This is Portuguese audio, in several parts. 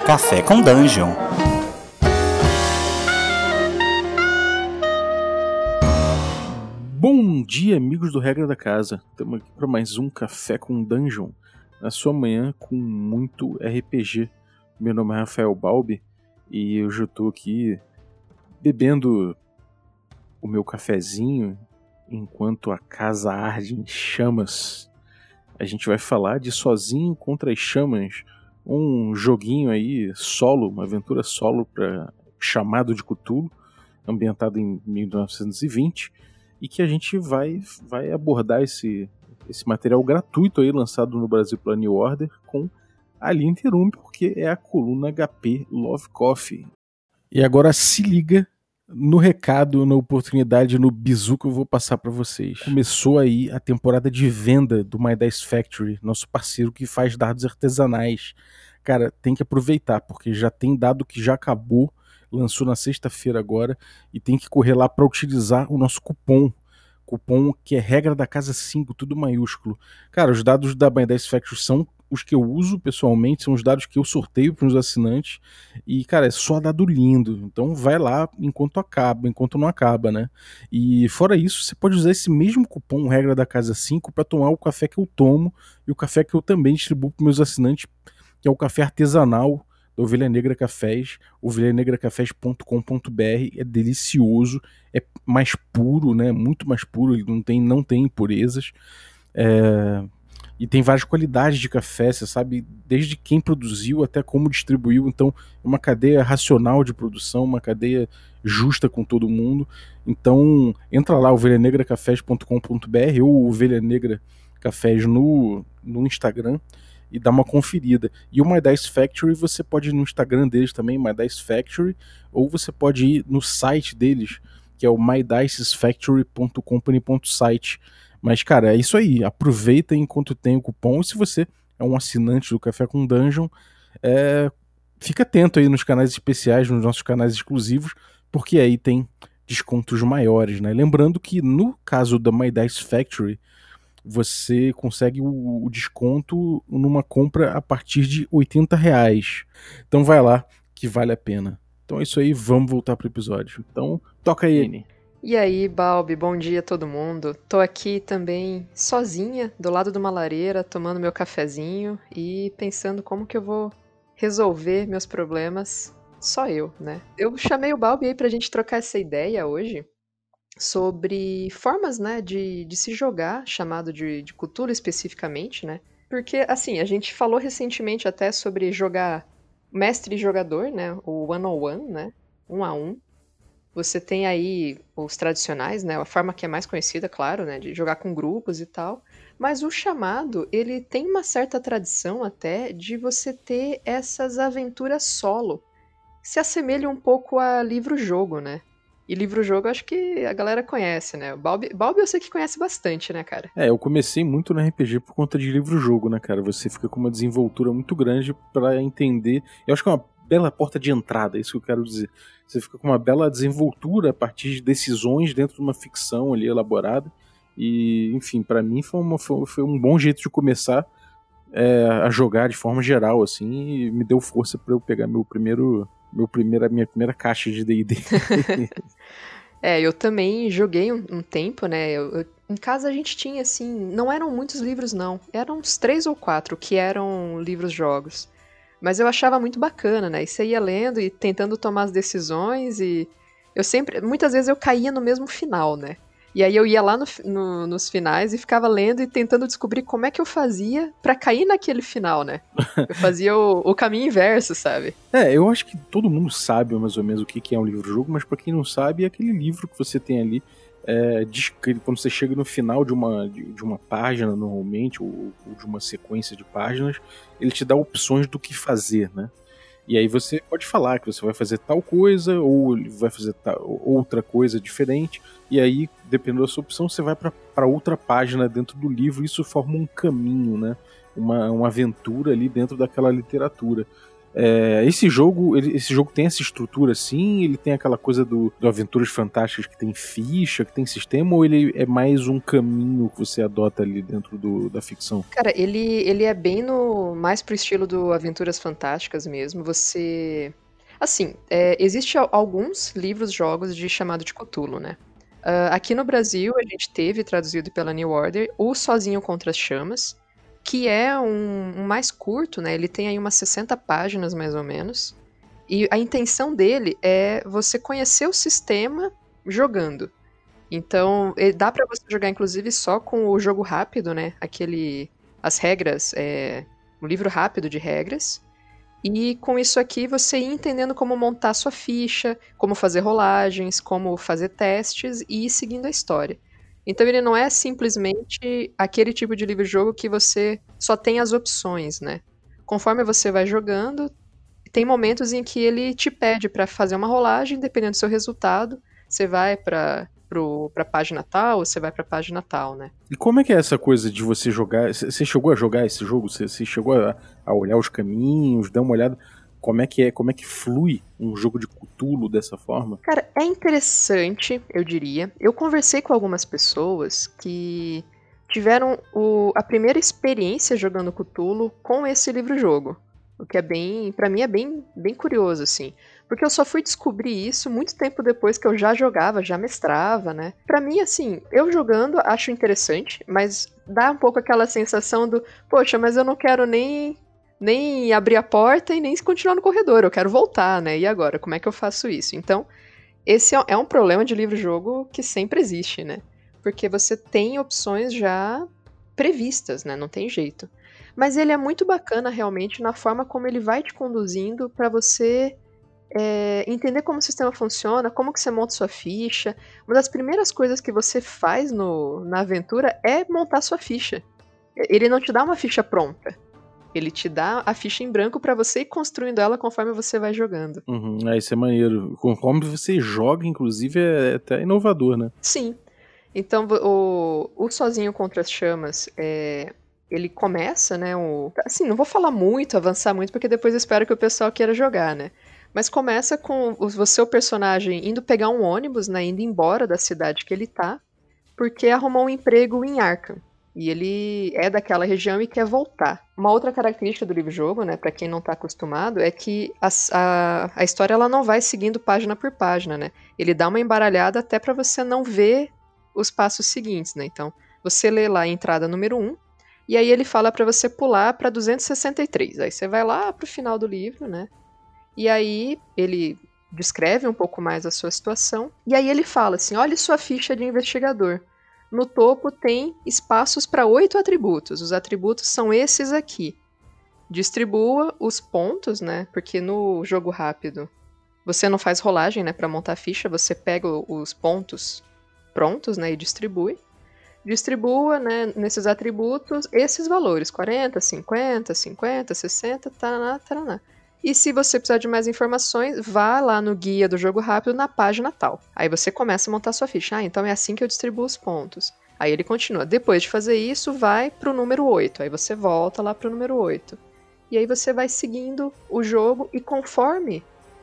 Café com Dungeon. Bom dia, amigos do Regra da Casa. Estamos aqui para mais um Café com Dungeon, na sua manhã com muito RPG. Meu nome é Rafael Balbi e hoje eu estou aqui bebendo o meu cafezinho enquanto a casa arde em chamas. A gente vai falar de Sozinho contra as Chamas, um joguinho aí solo, uma aventura solo para Chamado de Cthulhu, ambientado em 1920, e que a gente vai abordar esse material gratuito aí lançado no Brasil pela New Order com a Aline Terumbi, porque é a coluna HP Love Coffee. E agora se liga no recado, na oportunidade, no bizu que eu vou passar para vocês. Começou aí a temporada de venda do My Dice Factory, nosso parceiro que faz dados artesanais. Cara, tem que aproveitar, porque já tem dado que já acabou, lançou na sexta-feira agora, e tem que correr lá para utilizar o nosso cupom que é Regra da Casa 5, tudo maiúsculo. Cara, os dados da My Dice Factory são os que eu uso pessoalmente, são os dados que eu sorteio para os assinantes, e cara, é só dado lindo, então vai lá enquanto não acaba, né? E fora isso, você pode usar esse mesmo cupom Regra da Casa 5 para tomar o café que eu tomo e o café que eu também distribuo para meus assinantes, que é o café artesanal da Ovelha Negra Cafés, ovelhanegrecafés.com.br, é delicioso, é mais puro, né? Muito mais puro, ele não tem impurezas, e tem várias qualidades de café, você sabe, desde quem produziu até como distribuiu, então é uma cadeia racional de produção, uma cadeia justa com todo mundo. Então entra lá, ovelhanegrecafés.com.br ou Ovelha Negra Cafés no Instagram e dá uma conferida. E o My Dice Factory você pode ir no Instagram deles também, My Dice Factory, ou você pode ir no site deles, que é o mydicesfactory.company.site. Mas, cara, é isso aí. Aproveita enquanto tem o cupom. E se você é um assinante do Café com Dungeon, fica atento aí nos canais especiais, nos nossos canais exclusivos, porque aí tem descontos maiores, né? Lembrando que no caso da My Dice Factory, você consegue o desconto numa compra a partir de R$80. Então vai lá, que vale a pena. Então é isso aí, vamos voltar pro episódio. Então, toca aí, Annie. E aí, Balbi, bom dia a todo mundo. Tô aqui também sozinha, do lado de uma lareira, tomando meu cafezinho e pensando como que eu vou resolver meus problemas, só eu, né? Eu chamei o Balbi aí pra gente trocar essa ideia hoje sobre formas, né, de se jogar, chamado de Cthulhu especificamente, né? Porque, assim, a gente falou recentemente até sobre jogar mestre e jogador, né? O one-on-one, né? 1-1. Você tem aí os tradicionais, né? A forma que é mais conhecida, claro, né? De jogar com grupos e tal. Mas o chamado, ele tem uma certa tradição até de você ter essas aventuras solo. Se assemelha um pouco a livro-jogo, né? E livro-jogo acho que a galera conhece, né? O Balbi eu sei que conhece bastante, né, cara? Eu comecei muito no RPG por conta de livro-jogo, né, cara? Você fica com uma desenvoltura muito grande pra entender. Eu acho que é uma bela porta de entrada, é isso que eu quero dizer. Você fica com uma bela desenvoltura a partir de decisões dentro de uma ficção ali elaborada. E, enfim, pra mim foi um bom jeito de começar a jogar de forma geral, assim, e me deu força pra eu pegar minha primeira caixa de D&D. Eu também joguei um tempo, né? Em casa a gente tinha, assim, não eram muitos livros, não. Eram uns 3 ou 4 que eram livros-jogos. Mas eu achava muito bacana, né? E você ia lendo e tentando tomar as decisões e muitas vezes eu caía no mesmo final, né? E aí eu ia lá nos finais e ficava lendo e tentando descobrir como é que eu fazia pra cair naquele final, né? Eu fazia o caminho inverso, sabe? Eu acho que todo mundo sabe mais ou menos o que é um livro-jogo, mas pra quem não sabe, é aquele livro que você tem ali, quando você chega no final de uma página, normalmente, ou de uma sequência de páginas, ele te dá opções do que fazer, né? E aí você pode falar que você vai fazer tal coisa, ou vai fazer outra coisa diferente, e aí, dependendo da sua opção, você vai para outra página dentro do livro, e isso forma um caminho, né? Uma aventura ali dentro daquela literatura. Esse jogo tem essa estrutura assim? Ele tem aquela coisa do Aventuras Fantásticas que tem ficha, que tem sistema, ou ele é mais um caminho que você adota ali dentro da ficção? Cara, ele é bem mais pro estilo do Aventuras Fantásticas mesmo. Você... Assim, existe alguns livros-jogos de chamado de Cthulhu, né? Aqui no Brasil, a gente teve, traduzido pela New Order, o Sozinho contra as Chamas, que é um mais curto, né? Ele tem aí umas 60 páginas, mais ou menos. E a intenção dele é você conhecer o sistema jogando. Então, dá pra você jogar, inclusive, só com o jogo rápido, né? As regras, um livro rápido de regras. E com isso aqui, você ir entendendo como montar sua ficha, como fazer rolagens, como fazer testes e ir seguindo a história. Então ele não é simplesmente aquele tipo de livro-jogo que você só tem as opções, né? Conforme você vai jogando, tem momentos em que ele te pede para fazer uma rolagem, dependendo do seu resultado, você vai pra página tal, ou você vai pra página tal, né? E como é que é essa coisa de você jogar? Você chegou a jogar esse jogo? Você chegou a olhar os caminhos, dar uma olhada? Como é que flui um jogo de Cthulhu dessa forma? Cara, é interessante, eu diria. Eu conversei com algumas pessoas que tiveram a primeira experiência jogando Cthulhu com esse livro-jogo. O que é pra mim é bem curioso, assim. Porque eu só fui descobrir isso muito tempo depois que eu já jogava, já mestrava, né? Pra mim, assim, eu jogando acho interessante, mas dá um pouco aquela sensação do, poxa, mas eu não quero nem abrir a porta e nem continuar no corredor, eu quero voltar, né? E agora, como é que eu faço isso? Então, esse é um problema de livro-jogo que sempre existe, né? Porque você tem opções já previstas, né? Não tem jeito. Mas ele é muito bacana, realmente, na forma como ele vai te conduzindo para você entender como o sistema funciona, como que você monta sua ficha. Uma das primeiras coisas que você faz na aventura é montar sua ficha. Ele não te dá uma ficha pronta. Ele te dá a ficha em branco para você ir construindo ela conforme você vai jogando. Isso é maneiro. Conforme você joga, inclusive, é até inovador, né? Sim. Então, o Sozinho contra as Chamas, ele começa, né? Assim, não vou falar muito, avançar muito, porque depois eu espero que o pessoal queira jogar, né? Mas começa com o seu personagem indo pegar um ônibus, né? Indo embora da cidade que ele tá, porque arrumou um emprego em Arkham. E ele é daquela região e quer voltar. Uma outra característica do livro-jogo, né, para quem não tá acostumado, é que a história ela não vai seguindo página por página, né? Ele dá uma embaralhada até para você não ver os passos seguintes, né? Então, você lê lá a entrada número 1, e aí ele fala para você pular para 263. Aí você vai lá pro final do livro, né? E aí ele descreve um pouco mais a sua situação, e aí ele fala assim: olha sua ficha de investigador. No topo tem espaços para 8 atributos. Os atributos são esses aqui. Distribua os pontos, né? Porque no jogo rápido você não faz rolagem, né? Para montar a ficha, você pega os pontos prontos, né? E distribui. Distribua, né? Nesses atributos esses valores: 40, 50, 50, 60, taraná, taraná. E se você precisar de mais informações, vá lá no guia do jogo rápido na página tal. Aí você começa a montar sua ficha. Então é assim que eu distribuo os pontos. Aí ele continua. Depois de fazer isso, vai pro número 8. Aí você volta lá pro número 8. E aí você vai seguindo o jogo e conforme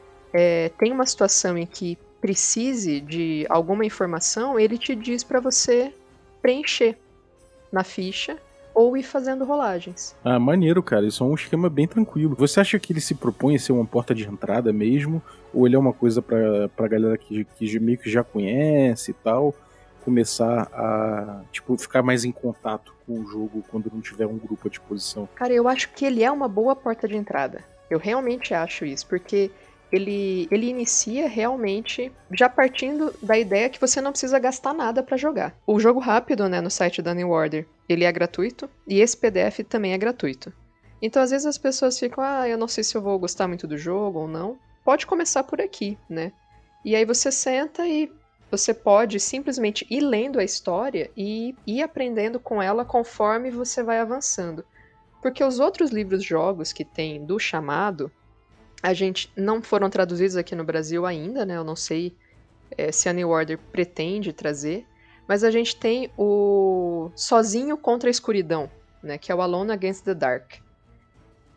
tem uma situação em que precise de alguma informação, ele te diz para você preencher na ficha ou ir fazendo rolagens. Ah, maneiro, cara. Isso é um esquema bem tranquilo. Você acha que ele se propõe a ser uma porta de entrada mesmo? Ou ele é uma coisa pra galera que meio que já conhece e tal, começar a, tipo, ficar mais em contato com o jogo quando não tiver um grupo à disposição? Cara, eu acho que ele é uma boa porta de entrada. Eu realmente acho isso, porque ele inicia realmente já partindo da ideia que você não precisa gastar nada para jogar. O jogo rápido, né, no site da New Order, ele é gratuito e esse PDF também é gratuito. Então, às vezes as pessoas ficam, eu não sei se eu vou gostar muito do jogo ou não. Pode começar por aqui, né? E aí você senta e você pode simplesmente ir lendo a história e ir aprendendo com ela conforme você vai avançando. Porque os outros livros-jogos que tem do chamado, a gente não foram traduzidos aqui no Brasil ainda, né? Eu não sei se a New Order pretende trazer, mas a gente tem o Sozinho contra a Escuridão, né? Que é o Alone Against the Dark.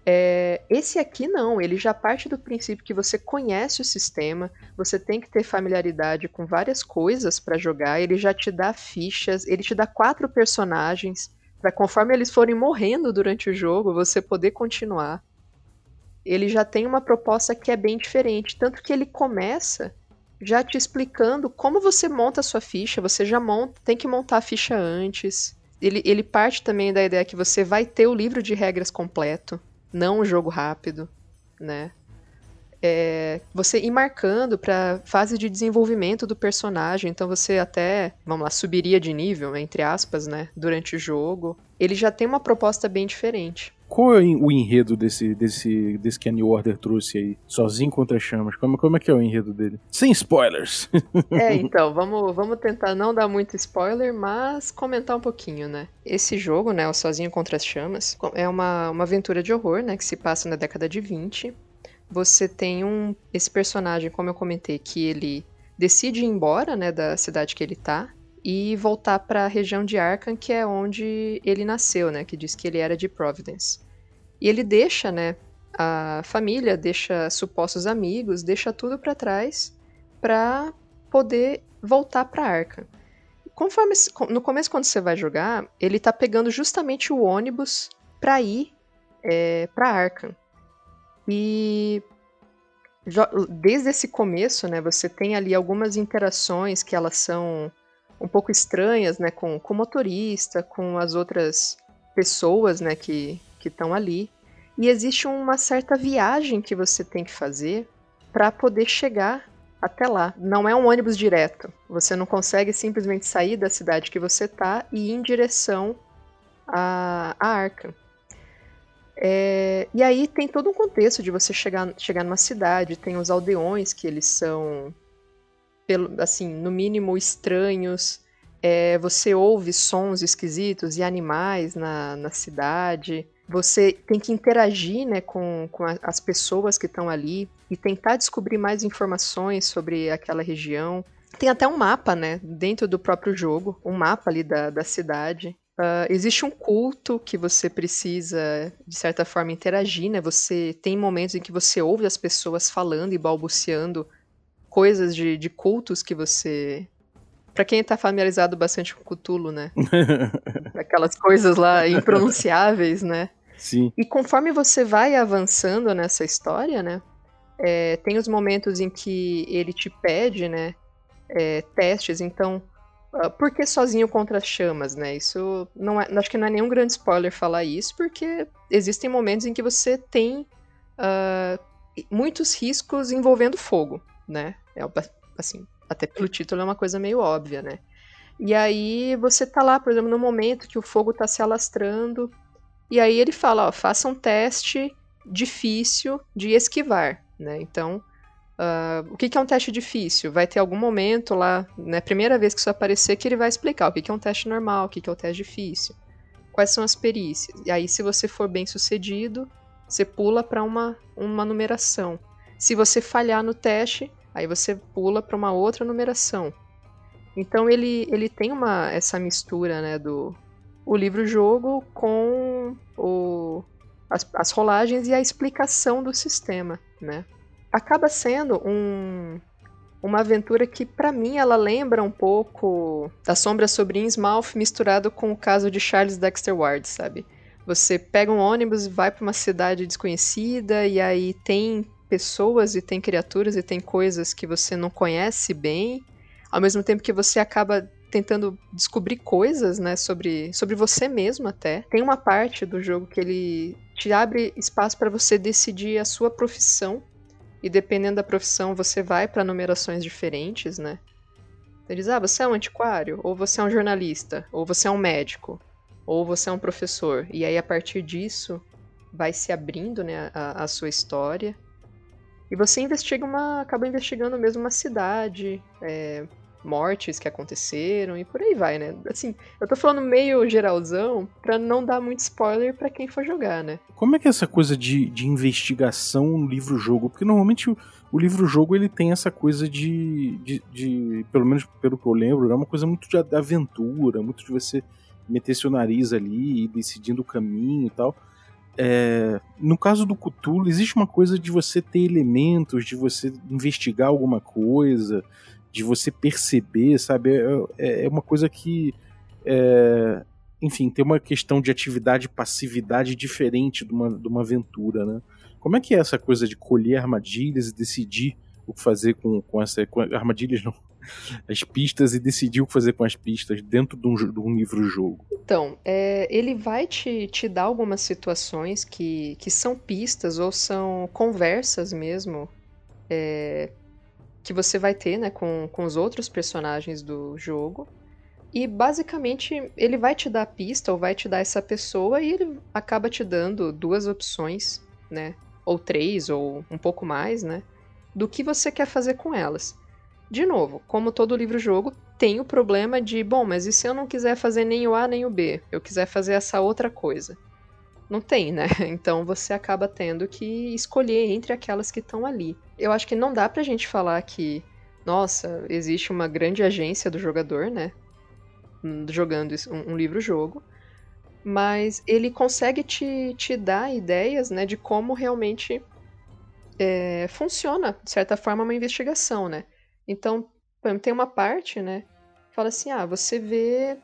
Esse aqui não, ele já parte do princípio que você conhece o sistema, você tem que ter familiaridade com várias coisas para jogar, ele já te dá fichas, ele te dá 4 personagens, para conforme eles forem morrendo durante o jogo, você poder continuar. Ele já tem uma proposta que é bem diferente, tanto que ele começa já te explicando como você monta a sua ficha, você já tem que montar a ficha antes. Ele parte também da ideia que você vai ter o livro de regras completo, não um jogo rápido, né? Você ir marcando para fase de desenvolvimento do personagem, então você até, vamos lá, subiria de nível, entre aspas, né, durante o jogo. Ele já tem uma proposta bem diferente. Qual é o enredo desse que a New Order trouxe aí? Sozinho contra as chamas. Como é que é o enredo dele? Sem spoilers! Então, vamos tentar não dar muito spoiler, mas comentar um pouquinho, né? Esse jogo, né, o Sozinho contra as Chamas, é uma aventura de horror, né, que se passa na década de 20. Você tem esse personagem, como eu comentei, que ele decide ir embora, né, da cidade que ele tá e voltar para a região de Arkham, que é onde ele nasceu, né, que diz que ele era de Providence. E ele deixa, né, a família, deixa supostos amigos, deixa tudo para trás para poder voltar para Arkham. No começo, quando você vai jogar, ele tá pegando justamente o ônibus para ir para Arkham. E desde esse começo, né, você tem ali algumas interações que elas são um pouco estranhas, né, com o motorista, com as outras pessoas, né, que estão ali. E existe uma certa viagem que você tem que fazer para poder chegar até lá. Não é um ônibus direto. Você não consegue simplesmente sair da cidade que você tá e ir em direção a Arkham. E aí tem todo um contexto de você chegar numa cidade, tem os aldeões, que eles são, assim, no mínimo estranhos. Você ouve sons esquisitos e animais na cidade. Você tem que interagir, né, com as pessoas que estão ali e tentar descobrir mais informações sobre aquela região. Tem até um mapa, né, dentro do próprio jogo, um mapa ali da cidade. Existe um culto que você precisa, de certa forma, interagir, né? Você tem momentos em que você ouve as pessoas falando e balbuciando coisas de cultos que você... Pra quem tá familiarizado bastante com Cthulhu, né? Aquelas coisas lá impronunciáveis, né? Sim. E conforme você vai avançando nessa história, né? Tem os momentos em que ele te pede, né? Testes, então... Por que sozinho contra as chamas, né? Isso não é, acho que não é nenhum grande spoiler falar isso, porque existem momentos em que você tem muitos riscos envolvendo fogo, né? Assim, até pelo título é uma coisa meio óbvia, né? E aí você tá lá, por exemplo, no momento que o fogo tá se alastrando, e aí ele fala, ó, faça um teste difícil de esquivar, né? Então, o que é um teste difícil? Vai ter algum momento lá, na primeira vez que isso aparecer, que ele vai explicar o que é um teste normal, o que é um teste difícil, quais são as perícias. E aí, se você for bem sucedido, você pula para uma numeração. Se você falhar no teste, aí você pula para uma outra numeração. Então ele tem essa mistura, né, o livro-jogo com as rolagens e a explicação do sistema, né? Acaba sendo uma aventura que, pra mim, ela lembra um pouco da Sombra sobre Innsmouth misturado com o caso de Charles Dexter Ward, sabe? Você pega um ônibus e vai pra uma cidade desconhecida e aí tem pessoas e tem criaturas e tem coisas que você não conhece bem, ao mesmo tempo que você acaba tentando descobrir coisas, né, sobre você mesmo até. Tem uma parte do jogo que ele te abre espaço para você decidir a sua profissão. E dependendo da profissão, você vai para numerações diferentes, né? Ele diz, você é um antiquário, ou você é um jornalista, ou você é um médico, ou você é um professor. E aí, a partir disso, vai se abrindo, né, a sua história. E você acaba investigando mesmo uma cidade, mortes que aconteceram e por aí vai, né? Assim, eu tô falando meio geralzão pra não dar muito spoiler pra quem for jogar, né? Como é que é essa coisa de investigação no livro-jogo? Porque normalmente o livro-jogo ele tem essa coisa de pelo menos pelo que eu lembro, é uma coisa muito de aventura, muito de você meter seu nariz ali e decidindo o caminho e tal. No caso do Cthulhu, existe uma coisa de você ter elementos, de você investigar alguma coisa, de você perceber, sabe? É uma coisa que, enfim, tem uma questão de atividade e passividade diferente de uma aventura, né? Como é que é essa coisa de colher armadilhas e decidir o que fazer com armadilhas, não, as pistas, e decidir o que fazer com as pistas dentro de um livro-jogo? Então, ele vai te dar algumas situações que são pistas ou são conversas mesmo, que você vai ter, né, com os outros personagens do jogo. E basicamente ele vai te dar a pista ou vai te dar essa pessoa e ele acaba te dando duas opções, né? Ou três, ou um pouco mais, né? Do que você quer fazer com elas. De novo, como todo livro-jogo, tem o problema de, bom, mas e se eu não quiser fazer nem o A nem o B? Eu quiser fazer essa outra coisa? Não tem, né? Então você acaba tendo que escolher entre aquelas que estão ali. Eu acho que não dá pra gente falar que, nossa, existe uma grande agência do jogador, né? Jogando um livro-jogo, mas ele consegue te dar ideias, né, de como realmente funciona, de certa forma, uma investigação, né? Então, por exemplo, tem uma parte, né, que fala assim, você vê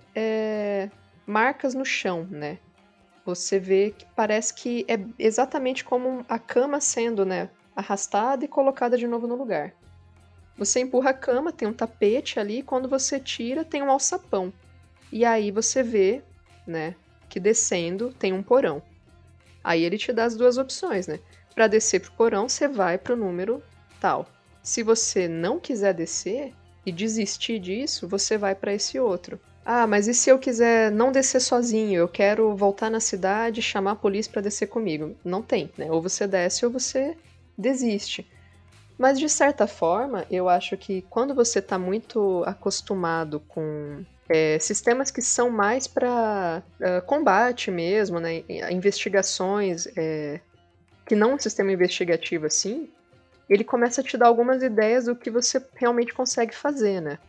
marcas no chão, né? Você vê que parece que é exatamente como a cama sendo, né, arrastada e colocada de novo no lugar. Você empurra a cama, tem um tapete ali, e quando você tira, tem um alçapão. E aí você vê, né, que descendo tem um porão. Aí ele te dá as duas opções, né? Para descer pro porão, você vai pro número tal. Se você não quiser descer e desistir disso, você vai para esse outro. Ah, mas e se eu quiser não descer sozinho? Eu quero voltar na cidade e chamar a polícia para descer comigo. Não tem, né? Ou você desce ou você desiste. Mas de certa forma, eu acho que quando você está muito acostumado com sistemas que são mais para combate mesmo, né? Investigações, que não um sistema investigativo assim, ele começa a te dar algumas ideias do que você realmente consegue fazer, né?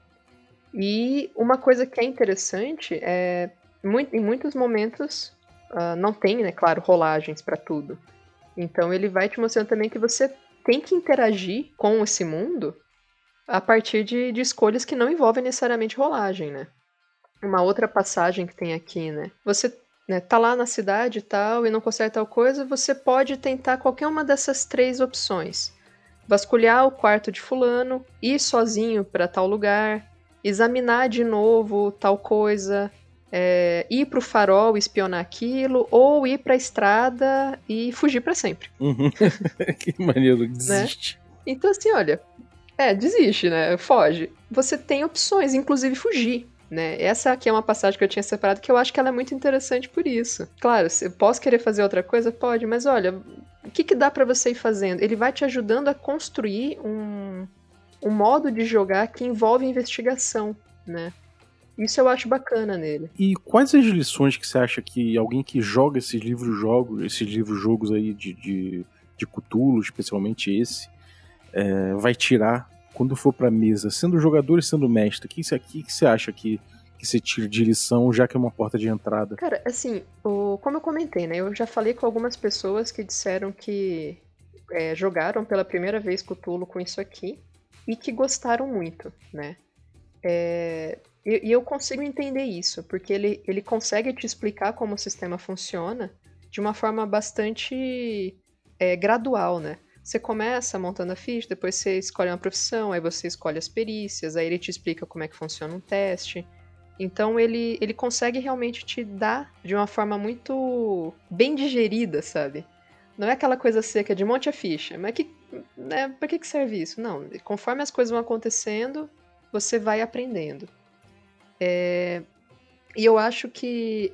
E uma coisa que é interessante em muitos momentos não tem, né, claro, rolagens para tudo. Então ele vai te mostrando também que você tem que interagir com esse mundo a partir de escolhas que não envolvem necessariamente rolagem, né? Uma outra passagem que tem aqui, né? Você, né, tá lá na cidade e tal e não consegue tal coisa, você pode tentar qualquer uma dessas três opções. Vasculhar o quarto de fulano, ir sozinho para tal lugar, examinar de novo tal coisa, ir pro farol e espionar aquilo, ou ir pra estrada e fugir para sempre. Uhum. Que maneiro, desiste. Né? Então assim, olha, desiste, né? Foge. Você tem opções, inclusive fugir. Né? Essa aqui é uma passagem que eu tinha separado que eu acho que ela é muito interessante por isso. Claro, eu posso querer fazer outra coisa? Pode, mas olha, o que dá pra você ir fazendo? Ele vai te ajudando a construir um modo de jogar que envolve investigação, né? Isso eu acho bacana nele. E quais as lições que você acha que alguém que joga esses livros-jogos aí de Cthulhu, especialmente esse, vai tirar quando for pra mesa, sendo jogador e sendo mestre? O que você acha que você tira de lição, já que é uma porta de entrada? Cara, assim, como eu comentei, né? Eu já falei com algumas pessoas que disseram que jogaram pela primeira vez Cthulhu com isso aqui e que gostaram muito, né? E eu consigo entender isso, porque ele consegue te explicar como o sistema funciona de uma forma bastante gradual, né? Você começa montando a ficha, depois você escolhe uma profissão, aí você escolhe as perícias, aí ele te explica como é que funciona um teste. Então ele consegue realmente te dar de uma forma muito bem digerida, sabe? Não é aquela coisa seca de monte a ficha, mas pra que serve isso? Não, conforme as coisas vão acontecendo, você vai aprendendo. E eu acho que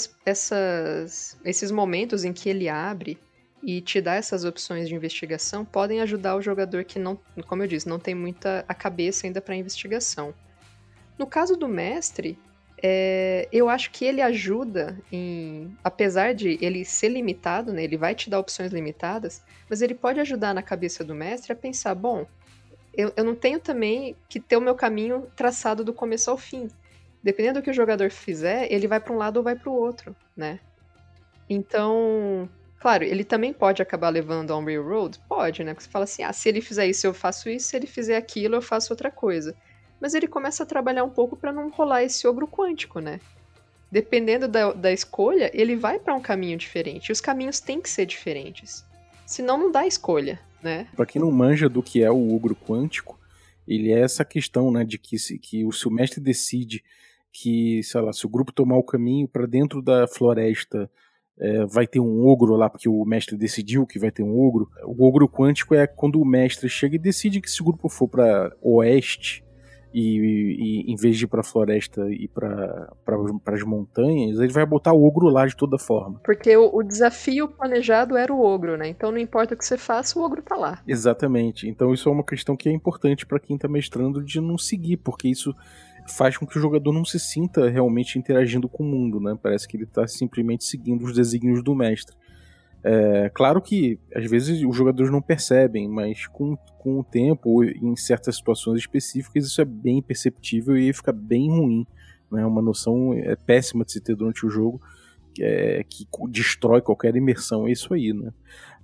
esses momentos em que ele abre e te dá essas opções de investigação podem ajudar o jogador que não, como eu disse, não tem muita a cabeça ainda para investigação. No caso do mestre, eu acho que ele ajuda apesar de ele ser limitado, né, ele vai te dar opções limitadas, mas ele pode ajudar na cabeça do mestre a pensar, bom, eu não tenho também que ter o meu caminho traçado do começo ao fim. Dependendo do que o jogador fizer, ele vai para um lado ou vai para o outro, né? Então, claro, ele também pode acabar levando a um railroad? Pode, né? Porque você fala assim, se ele fizer isso, eu faço isso, se ele fizer aquilo, eu faço outra coisa. Mas ele começa a trabalhar um pouco pra não rolar esse ogro quântico, né? Dependendo da escolha, ele vai pra um caminho diferente. E os caminhos têm que ser diferentes. Senão não dá escolha, né? Pra quem não manja do que é o ogro quântico, ele é essa questão, né, de que se o mestre decide que, sei lá, se o grupo tomar o caminho pra dentro da floresta, vai ter um ogro lá, porque o mestre decidiu que vai ter um ogro. O ogro quântico é quando o mestre chega e decide que se o grupo for pra oeste, e em vez de ir pra floresta e para as montanhas, ele vai botar o ogro lá de toda forma. Porque o desafio planejado era o ogro, né? Então não importa o que você faça, o ogro tá lá. Exatamente. Então isso é uma questão que é importante para quem tá mestrando de não seguir, porque isso faz com que o jogador não se sinta realmente interagindo com o mundo, né? Parece que ele tá simplesmente seguindo os desígnios do mestre. Claro que às vezes os jogadores não percebem, mas com o tempo, ou em certas situações específicas, isso é bem perceptível e fica bem ruim, né? Uma noção péssima de se ter durante o jogo, que destrói qualquer imersão, é isso aí, né?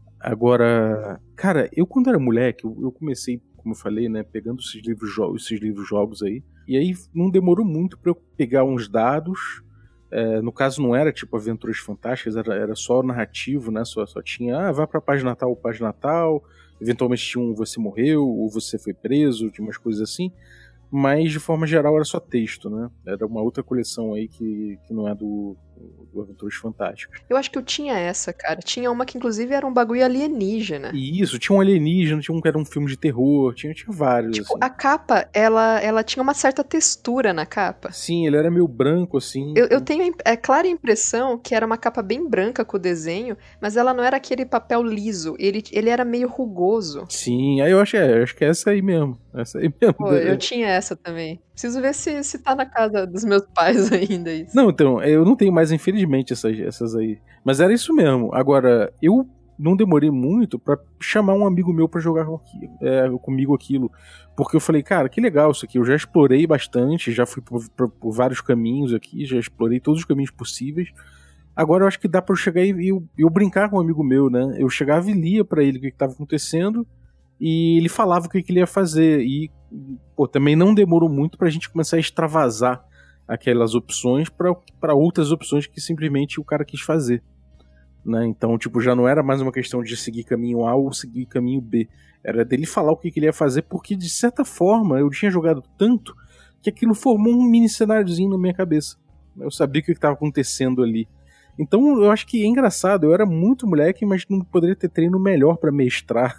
Agora, cara, eu quando era moleque, eu comecei, como eu falei, né, pegando esses livros-jogos aí, e aí não demorou muito pra eu pegar uns dados. No caso não era tipo Aventuras Fantásticas, era só narrativo, né? Só tinha, vai pra página tal, eventualmente tinha um você morreu, ou você foi preso, tinha umas coisas assim, mas de forma geral era só texto, né? Era uma outra coleção aí que não é do Aventuras Fantásticas. Eu acho que eu tinha essa, cara. Tinha uma que inclusive era um bagulho alienígena. E isso, tinha um alienígena, tinha um que era um filme de terror, tinha vários. Tipo, assim. A capa, ela tinha uma certa textura na capa. Sim, ele era meio branco, assim. Eu tenho a clara impressão que era uma capa bem branca com o desenho, mas ela não era aquele papel liso. Ele era meio rugoso. Sim, aí eu acho que é essa aí mesmo. Essa aí mesmo. Pô, eu tinha essa também. Preciso ver se tá na casa dos meus pais ainda isso. Não, então, eu não tenho mais, infelizmente, essas aí. Mas era isso mesmo. Agora, eu não demorei muito pra chamar um amigo meu pra jogar comigo aquilo. Porque eu falei, cara, que legal isso aqui. Eu já explorei bastante, já fui por vários caminhos aqui, já explorei todos os caminhos possíveis. Agora eu acho que dá pra eu chegar e eu brincar com um amigo meu, né? Eu chegava e lia pra ele o que estava acontecendo e ele falava o que ele ia fazer. E, pô, também não demorou muito pra gente começar a extravasar aquelas opções pra outras opções que simplesmente o cara quis fazer. Né? Então, tipo, já não era mais uma questão de seguir caminho A ou seguir caminho B. Era dele falar o que ele ia fazer, porque de certa forma eu tinha jogado tanto que aquilo formou um mini cenáriozinho na minha cabeça. Eu sabia o que estava acontecendo ali. Então eu acho que é engraçado, eu era muito moleque, mas não poderia ter treino melhor pra mestrar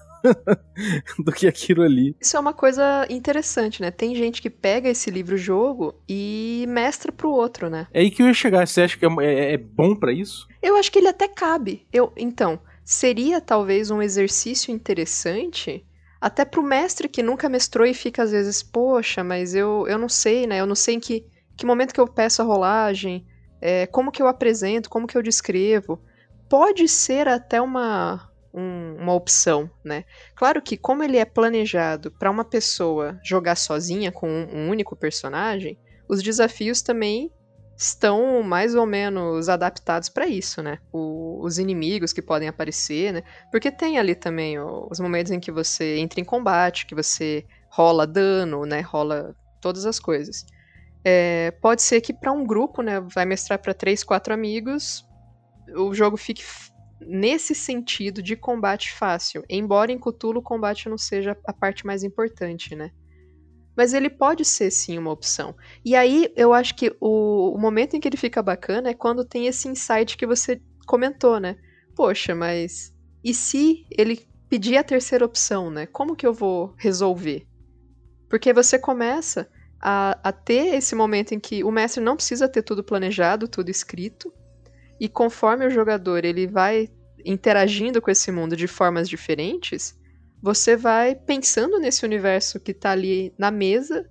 do que aquilo ali. Isso é uma coisa interessante, né? Tem gente que pega esse livro-jogo e mestra pro outro, né? É aí que eu ia chegar. Você acha que é bom pra isso? Eu acho que ele até cabe. Então, seria talvez um exercício interessante até pro mestre que nunca mestrou e fica às vezes, poxa, mas eu não sei, né? Eu não sei em que momento que eu peço a rolagem, como que eu apresento, como que eu descrevo. Pode ser até uma opção, né? Claro que como ele é planejado para uma pessoa jogar sozinha com um único personagem, os desafios também estão mais ou menos adaptados para isso, né? Os inimigos que podem aparecer, né? Porque tem ali também os momentos em que você entra em combate, que você rola dano, né? Rola todas as coisas. Pode ser que para um grupo, né? Vai mestrar para 3, 4 amigos, o jogo fique nesse sentido de combate fácil. Embora em Cthulhu o combate não seja a parte mais importante, né? Mas ele pode ser, sim, uma opção. E aí, eu acho que o momento em que ele fica bacana é quando tem esse insight que você comentou, né? Poxa, mas e se ele pedir a terceira opção, né? Como que eu vou resolver? Porque você começa a ter esse momento em que o mestre não precisa ter tudo planejado, tudo escrito, e conforme o jogador ele vai interagindo com esse mundo de formas diferentes, você vai pensando nesse universo que tá ali na mesa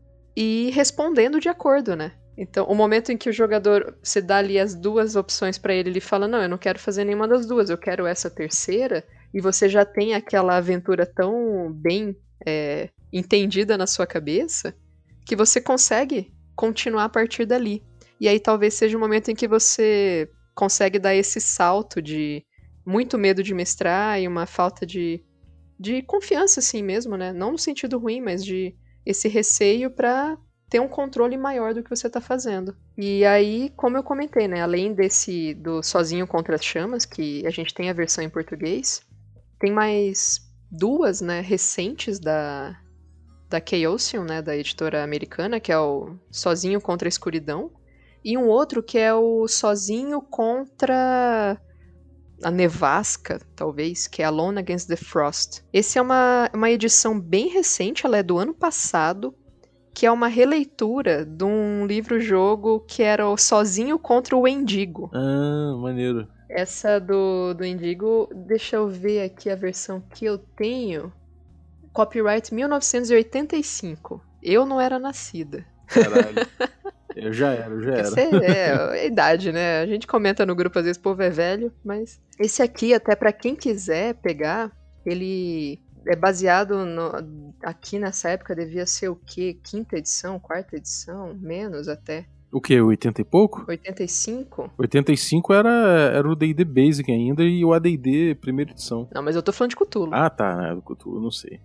e respondendo de acordo, né? Então, o momento em que o jogador, você dá ali as duas opções pra ele, ele fala, não, eu não quero fazer nenhuma das duas, eu quero essa terceira, e você já tem aquela aventura tão bem entendida na sua cabeça, que você consegue continuar a partir dali. E aí talvez seja o momento em que você consegue dar esse salto de muito medo de mestrar e uma falta de confiança, assim mesmo, né? Não no sentido ruim, mas de esse receio pra ter um controle maior do que você tá fazendo. E aí, como eu comentei, né? Além do Sozinho contra as Chamas, que a gente tem a versão em português, tem mais duas, né, recentes da Chaosium, né, da editora americana, que é o Sozinho contra a Escuridão, e um outro que é o Sozinho contra a Nevasca, talvez, que é Alone Against the Frost. Esse é uma edição bem recente, ela é do ano passado, que é uma releitura de um livro-jogo que era o Sozinho contra o Wendigo. Ah, maneiro. Essa do Wendigo, deixa eu ver aqui a versão que eu tenho. Copyright 1985. Eu não era nascida. Caralho. Eu já era. Essa é a idade, né? A gente comenta no grupo, às vezes o povo é velho, mas... Esse aqui, até pra quem quiser pegar, ele é baseado aqui nessa época, devia ser o quê? Quinta edição, quarta edição? Menos até. O quê? 80 e pouco? 85? 85 era o D&D Basic ainda e o AD&D primeira edição. Não, mas eu tô falando de Cthulhu. Ah, tá. Né? Do Cthulhu, não sei.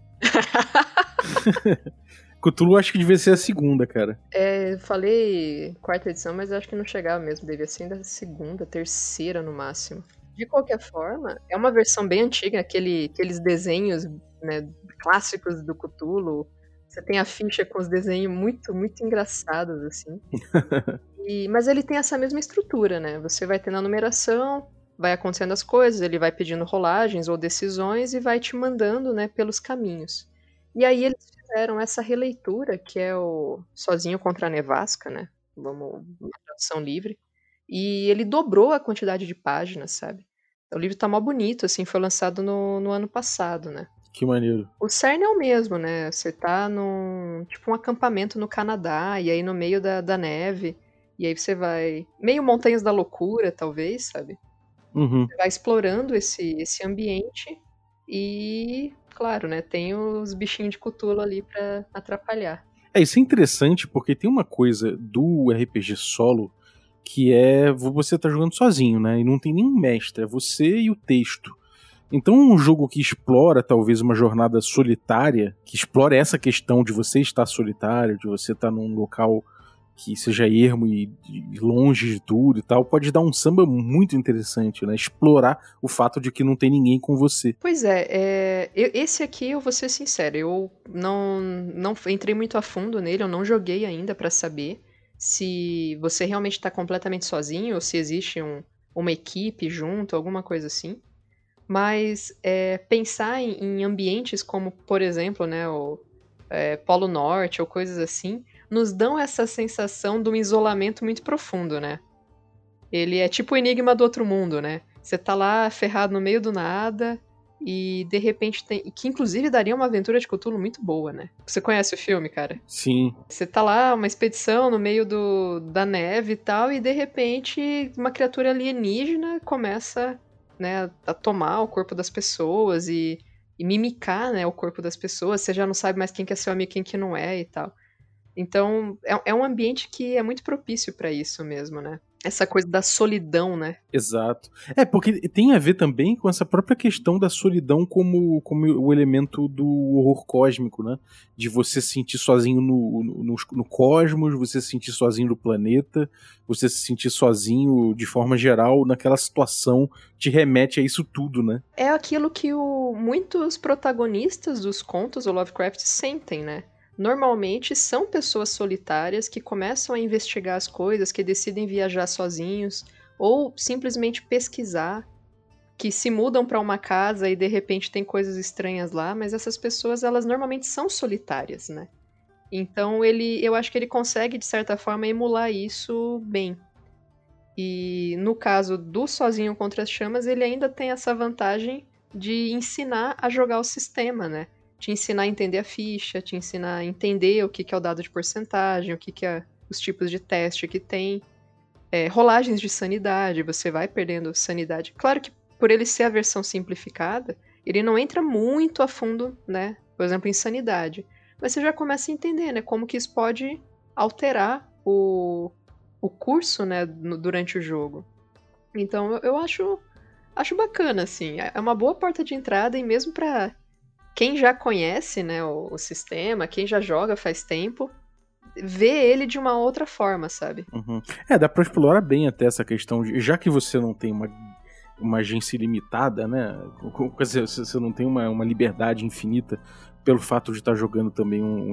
Cthulhu acho que devia ser a segunda, cara. Eu falei quarta edição, mas acho que não chegava mesmo. Devia ser ainda a segunda, terceira no máximo. De qualquer forma, é uma versão bem antiga, aqueles desenhos, né, clássicos do Cthulhu. Você tem a ficha com os desenhos muito, muito engraçados, assim. Mas ele tem essa mesma estrutura, né? Você vai tendo a numeração, vai acontecendo as coisas, ele vai pedindo rolagens ou decisões e vai te mandando, né, pelos caminhos. E aí eles fizeram essa releitura, que é o Sozinho contra a Nevasca, né? Vamos, uma tradução livre. E ele dobrou a quantidade de páginas, sabe? O livro tá mó bonito, assim, foi lançado no ano passado, né? Que maneiro. O cerne é o mesmo, né? Você tá num, tipo, um acampamento no Canadá, e aí no meio da neve, e aí você vai... Meio Montanhas da Loucura, talvez, sabe? Uhum. Você vai explorando esse ambiente e, claro, né? Tem os bichinhos de Cthulhu ali pra atrapalhar. Isso é interessante porque tem uma coisa do RPG solo que é você tá jogando sozinho, né? E não tem nenhum mestre, é você e o texto. Então um jogo que explora talvez uma jornada solitária, que explora essa questão de você estar solitário, de você estar num local que seja ermo e longe de tudo e tal, pode dar um samba muito interessante, né? Explorar o fato de que não tem ninguém com você. Pois é, esse aqui eu vou ser sincero, eu não entrei muito a fundo nele, eu não joguei ainda pra saber se você realmente tá completamente sozinho ou se existe uma equipe junto, alguma coisa assim. Mas pensar em ambientes como, por exemplo, né, o Polo Norte ou coisas assim, nos dão essa sensação de um isolamento muito profundo, né? Ele é tipo o Enigma do Outro Mundo, né? Você tá lá ferrado no meio do nada e de repente tem... Que inclusive daria uma aventura de Cthulhu muito boa, né? Você conhece o filme, cara? Sim. Você tá lá, uma expedição no meio da neve e tal, e de repente uma criatura alienígena começa, né, a tomar o corpo das pessoas e mimicar, né, o corpo das pessoas. Você já não sabe mais quem que é seu amigo e quem que não é e tal. Então, é um ambiente que é muito propício pra isso mesmo, né? Essa coisa da solidão, né? Exato. Porque tem a ver também com essa própria questão da solidão como o elemento do horror cósmico, né? De você se sentir sozinho no cosmos, você se sentir sozinho no planeta, você se sentir sozinho de forma geral naquela situação, te remete a isso tudo, né? É aquilo que muitos protagonistas dos contos do Lovecraft sentem, né? Normalmente são pessoas solitárias que começam a investigar as coisas, que decidem viajar sozinhos, ou simplesmente pesquisar, que se mudam para uma casa e de repente tem coisas estranhas lá, mas essas pessoas, elas normalmente são solitárias, né? Então eu acho que ele consegue, de certa forma, emular isso bem. E no caso do Sozinho contra as Chamas, ele ainda tem essa vantagem de ensinar a jogar o sistema, né? Te ensinar a entender a ficha, te ensinar a entender o que é o dado de porcentagem, o que é os tipos de teste que tem. Rolagens de sanidade, você vai perdendo sanidade. Claro que por ele ser a versão simplificada, ele não entra muito a fundo, né? Por exemplo, em sanidade. Mas você já começa a entender, né? Como que isso pode alterar o curso, né? Durante o jogo. Então eu acho bacana, assim. É uma boa porta de entrada e mesmo pra quem já conhece, né, o sistema, quem já joga faz tempo, ver ele de uma outra forma, sabe? Uhum. Dá pra explorar bem até essa questão, já que você não tem uma agência ilimitada, né? Quer dizer, você não tem uma liberdade infinita pelo fato de estar jogando também um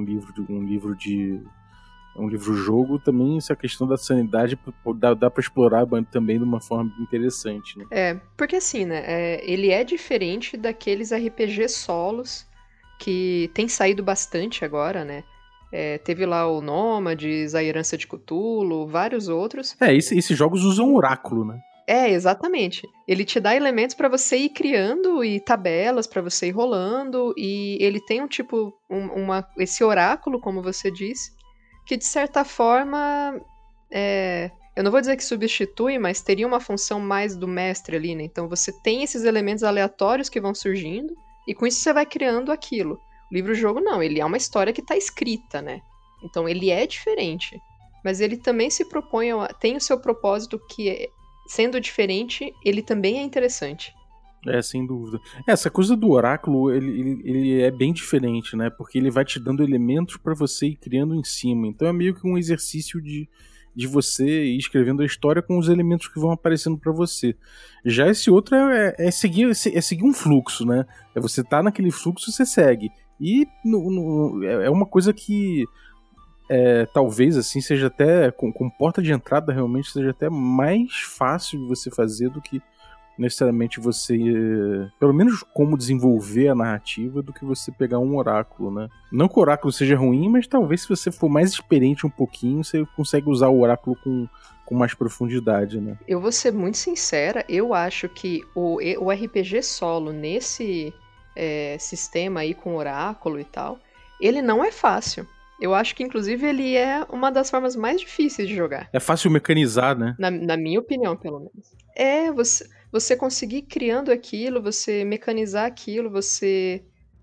livro-jogo, também essa questão da sanidade dá pra explorar também de uma forma interessante, né? Porque assim, né, ele é diferente daqueles RPG solos que tem saído bastante agora, né? Teve lá o Nômades, a Herança de Cthulhu, vários outros. Esses jogos usam oráculo, né? Exatamente. Ele te dá elementos pra você ir criando e tabelas pra você ir rolando, e ele tem esse oráculo, como você disse, que de certa forma, eu não vou dizer que substitui, mas teria uma função mais do mestre ali, né? Então você tem esses elementos aleatórios que vão surgindo, e com isso você vai criando aquilo. O livro-jogo não, ele é uma história que tá escrita, né? Então ele é diferente. Mas ele também tem o seu propósito que, sendo diferente, ele também é interessante. Sem dúvida. Essa coisa do oráculo, ele é bem diferente, né? Porque ele vai te dando elementos pra você ir criando em cima. Então é meio que um exercício de você ir escrevendo a história com os elementos que vão aparecendo pra você. Já esse outro é seguir um fluxo, né? Você tá naquele fluxo, você segue. E é uma coisa que talvez assim seja até com porta de entrada, realmente seja até mais fácil de você fazer do que necessariamente você, pelo menos como desenvolver a narrativa, do que você pegar um oráculo, né? Não que o oráculo seja ruim, mas talvez se você for mais experiente um pouquinho, você consegue usar o oráculo com mais profundidade, né? Eu vou ser muito sincera, eu acho que o RPG solo nesse sistema aí com oráculo e tal, ele não é fácil. Eu acho que, inclusive, ele é uma das formas mais difíceis de jogar. É fácil mecanizar, né? Na minha opinião, pelo menos. Você conseguir criando aquilo, você mecanizar aquilo, você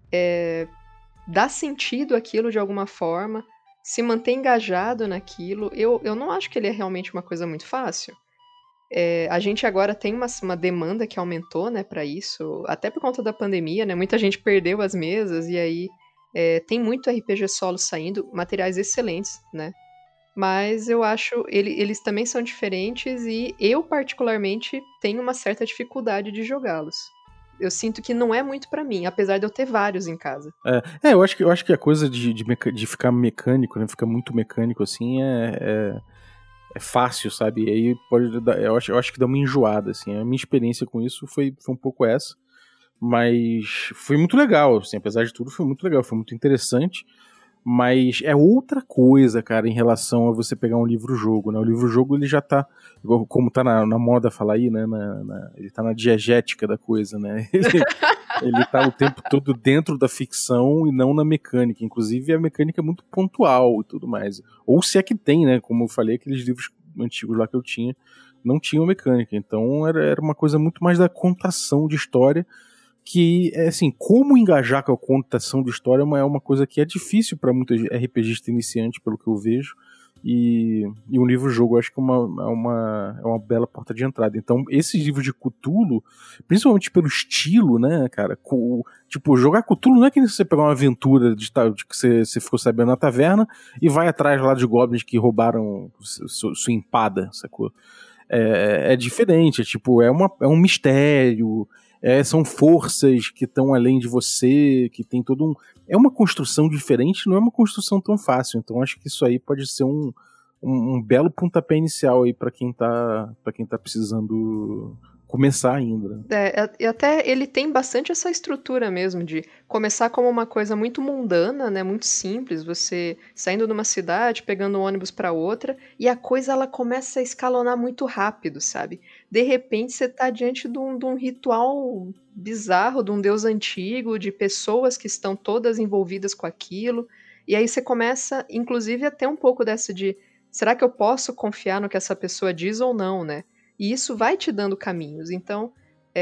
dar sentido àquilo de alguma forma, se manter engajado naquilo. Eu não acho que ele é realmente uma coisa muito fácil. A gente agora tem uma demanda que aumentou, né, para isso, até por conta da pandemia, né? Muita gente perdeu as mesas e aí tem muito RPG solo saindo, materiais excelentes, né? Mas eu acho eles também são diferentes e eu particularmente tenho uma certa dificuldade de jogá-los. Eu sinto que não é muito pra mim, apesar de eu ter vários em casa. Eu acho que a coisa de ficar mecânico, né, ficar muito mecânico assim é fácil, sabe? E aí eu acho que dá uma enjoada, assim. A minha experiência com isso foi um pouco essa. Mas foi muito legal, assim, apesar de tudo, foi muito legal, foi muito interessante. Mas é outra coisa, cara, em relação a você pegar um livro-jogo, né? O livro-jogo, ele já tá, como tá na moda falar aí, né? Ele tá na diegética da coisa, né? Ele tá o tempo todo dentro da ficção e não na mecânica. Inclusive, a mecânica é muito pontual e tudo mais. Ou se é que tem, né? Como eu falei, aqueles livros antigos lá que eu tinha, não tinham mecânica. Então, era uma coisa muito mais da contação de história, que, assim, como engajar com a contação de história é uma coisa que é difícil para muitos RPGistas iniciantes, pelo que eu vejo, e um livro-jogo eu acho que é uma bela porta de entrada. Então, esse livro de Cthulhu, principalmente pelo estilo, né, cara, tipo, jogar Cthulhu não é que nem você pegar uma aventura de que você ficou sabendo na taverna e vai atrás lá de goblins que roubaram sua empada, sacou? É diferente, tipo, é um mistério, são forças que estão além de você, que tem todo um... É uma construção diferente, não é uma construção tão fácil, então acho que isso aí pode ser um belo pontapé inicial aí para quem tá precisando começar ainda. E até ele tem bastante essa estrutura mesmo de começar como uma coisa muito mundana, né, muito simples, você saindo de uma cidade, pegando um ônibus para outra, e a coisa ela começa a escalonar muito rápido, sabe? De repente você tá diante de um ritual bizarro, de um deus antigo, de pessoas que estão todas envolvidas com aquilo, e aí você começa, inclusive, a ter um pouco dessa de, será que eu posso confiar no que essa pessoa diz ou não, né? E isso vai te dando caminhos. Então,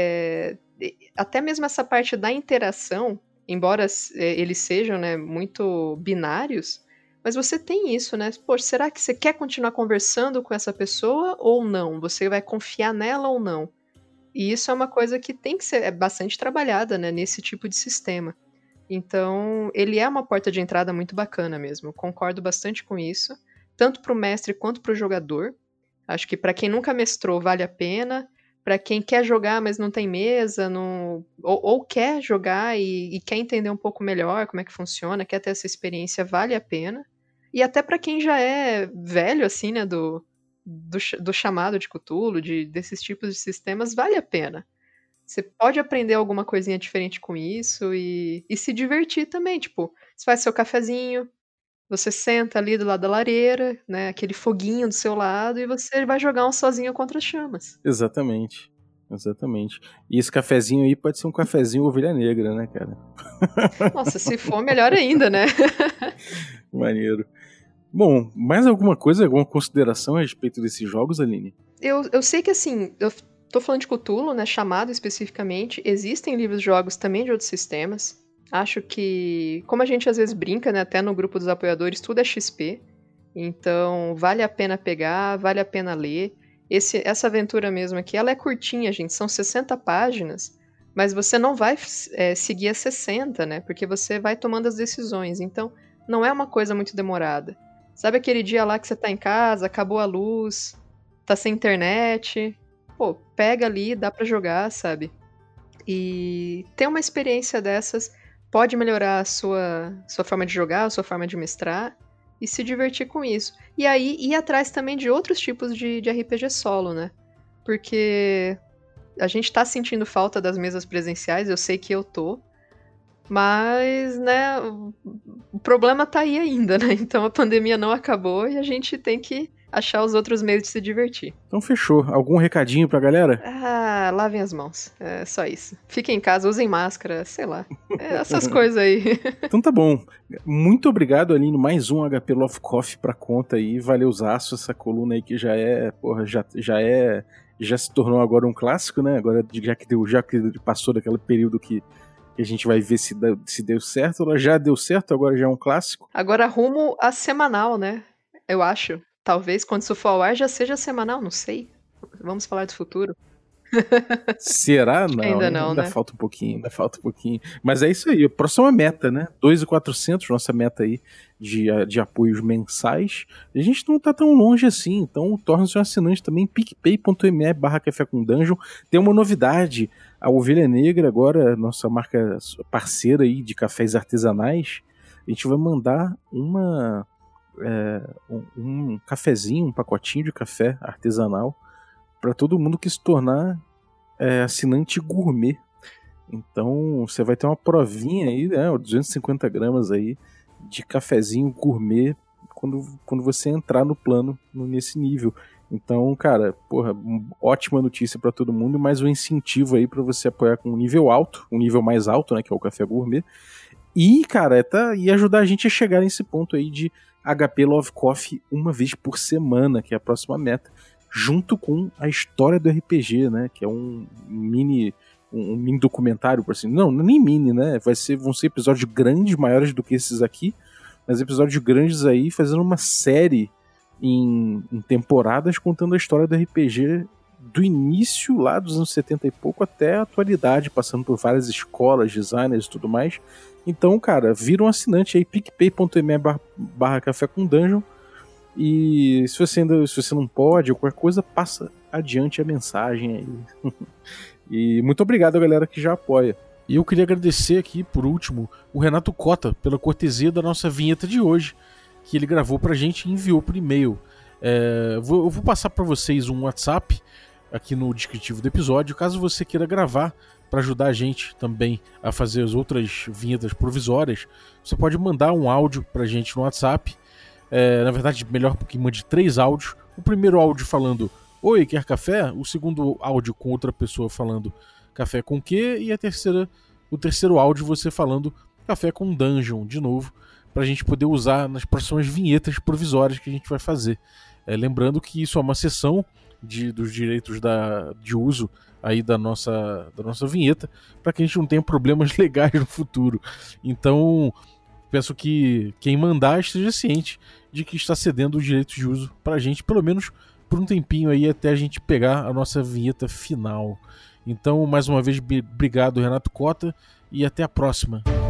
até mesmo essa parte da interação, embora eles sejam, né, muito binários, Mas você tem isso, né? Poxa, será que você quer continuar conversando com essa pessoa ou não? Você vai confiar nela ou não? E isso é uma coisa que tem que ser bastante trabalhada, né, nesse tipo de sistema. Então, ele é uma porta de entrada muito bacana mesmo. Eu concordo bastante com isso, tanto para o mestre quanto para o jogador. Acho que para quem nunca mestrou vale a pena. Para quem quer jogar, mas não tem mesa, ou quer jogar e quer entender um pouco melhor como é que funciona, quer ter essa experiência, vale a pena. E até para quem já é velho, assim, né, do chamado de Cthulhu, desses tipos de sistemas, vale a pena. Você pode aprender alguma coisinha diferente com isso e se divertir também. Tipo, você faz seu cafezinho, você senta ali do lado da lareira, né, aquele foguinho do seu lado, e você vai jogar um sozinho contra as chamas. Exatamente. Exatamente. E esse cafezinho aí pode ser um cafezinho ovelha negra, né, cara? Nossa, se for, melhor ainda, né? Maneiro. Bom, mais alguma coisa, alguma consideração a respeito desses jogos, Aline? Eu sei que, assim, eu tô falando de Cthulhu, né, chamado especificamente, existem livros de jogos também de outros sistemas. Acho que, como a gente às vezes brinca, né, até no grupo dos apoiadores, tudo é XP. Então, vale a pena pegar, vale a pena ler. Essa aventura mesmo aqui, ela é curtinha, gente, são 60 páginas, mas você não vai seguir as 60, né, porque você vai tomando as decisões. Então, não é uma coisa muito demorada. Sabe aquele dia lá que você tá em casa, acabou a luz, tá sem internet? Pô, pega ali, dá pra jogar, sabe? E ter uma experiência dessas pode melhorar a sua forma de jogar, a sua forma de mestrar e se divertir com isso. E aí ir atrás também de outros tipos de RPG solo, né? Porque a gente tá sentindo falta das mesas presenciais, eu sei que eu tô. Mas, né, o problema tá aí ainda, né? Então a pandemia não acabou e a gente tem que achar os outros meios de se divertir. Então fechou. Algum recadinho pra galera? Ah, lavem as mãos. É só isso. Fiquem em casa, usem máscara, sei lá. Essas coisas aí. Então tá bom. Muito obrigado, Aline. Mais um HP Love Coffee pra conta aí. Valeuzaço essa coluna aí que já é, porra, já se tornou agora um clássico, né? Agora já que passou daquele período que a gente vai ver se deu certo. Ela já deu certo, agora já é um clássico. Agora rumo a semanal, né? Eu acho. Talvez quando isso for ao ar já seja semanal, não sei. Vamos falar do futuro. Será? Não, ainda né? falta um pouquinho, Mas é isso aí, a próxima meta, né? 2.400, nossa meta aí de apoios mensais. A gente não tá tão longe assim, então torne-se um assinante também, picpay.me/café com dungeon. Tem uma novidade, a Ovelha Negra agora, nossa marca parceira aí de cafés artesanais, a gente vai mandar um cafezinho, um pacotinho de café artesanal para todo mundo que se tornar assinante gourmet. Então você vai ter uma provinha aí, né, 250 gramas aí de cafezinho gourmet quando você entrar no plano nesse nível. Então, cara, porra, ótima notícia para todo mundo, mais um incentivo aí para você apoiar com um nível alto, um nível mais alto, né, que é o café gourmet. E, cara, e ajudar a gente a chegar nesse ponto aí de HP Love Coffee uma vez por semana, que é a próxima meta, junto com a história do RPG, né, que é um mini documentário, por assim, não nem mini, né, vão ser episódios grandes, maiores do que esses aqui, mas episódios grandes aí, fazendo uma série em temporadas, contando a história do RPG do início lá dos anos 70 e pouco até a atualidade, passando por várias escolas, designers e tudo mais. Então, cara, vira um assinante aí, picpay.me/café com dungeon. E se você não pode ou qualquer coisa, passa adiante a mensagem aí. E muito obrigado, galera, que já apoia. E eu queria agradecer aqui, por último, o Renato Cota pela cortesia da nossa vinheta de hoje, que ele gravou pra gente e enviou por e-mail. Eu vou passar para vocês um WhatsApp aqui no descritivo do episódio, caso você queira gravar para ajudar a gente também a fazer as outras vinhetas provisórias. Você pode mandar um áudio pra gente no WhatsApp. Na verdade, melhor porque mande 3 áudios. O primeiro áudio falando "Oi, quer café?", o segundo áudio com outra pessoa falando "Café com quê?", e o terceiro áudio você falando "Café com dungeon", de novo, pra gente poder usar nas próximas vinhetas provisórias que a gente vai fazer. Lembrando que isso é uma sessão dos direitos de uso aí da nossa vinheta, para que a gente não tenha problemas legais no futuro. Então, Peço que quem mandar esteja ciente de que está cedendo o direito de uso pra gente, pelo menos por um tempinho aí, até a gente pegar a nossa vinheta final. Então, mais uma vez, obrigado, Renato Cota, e até a próxima.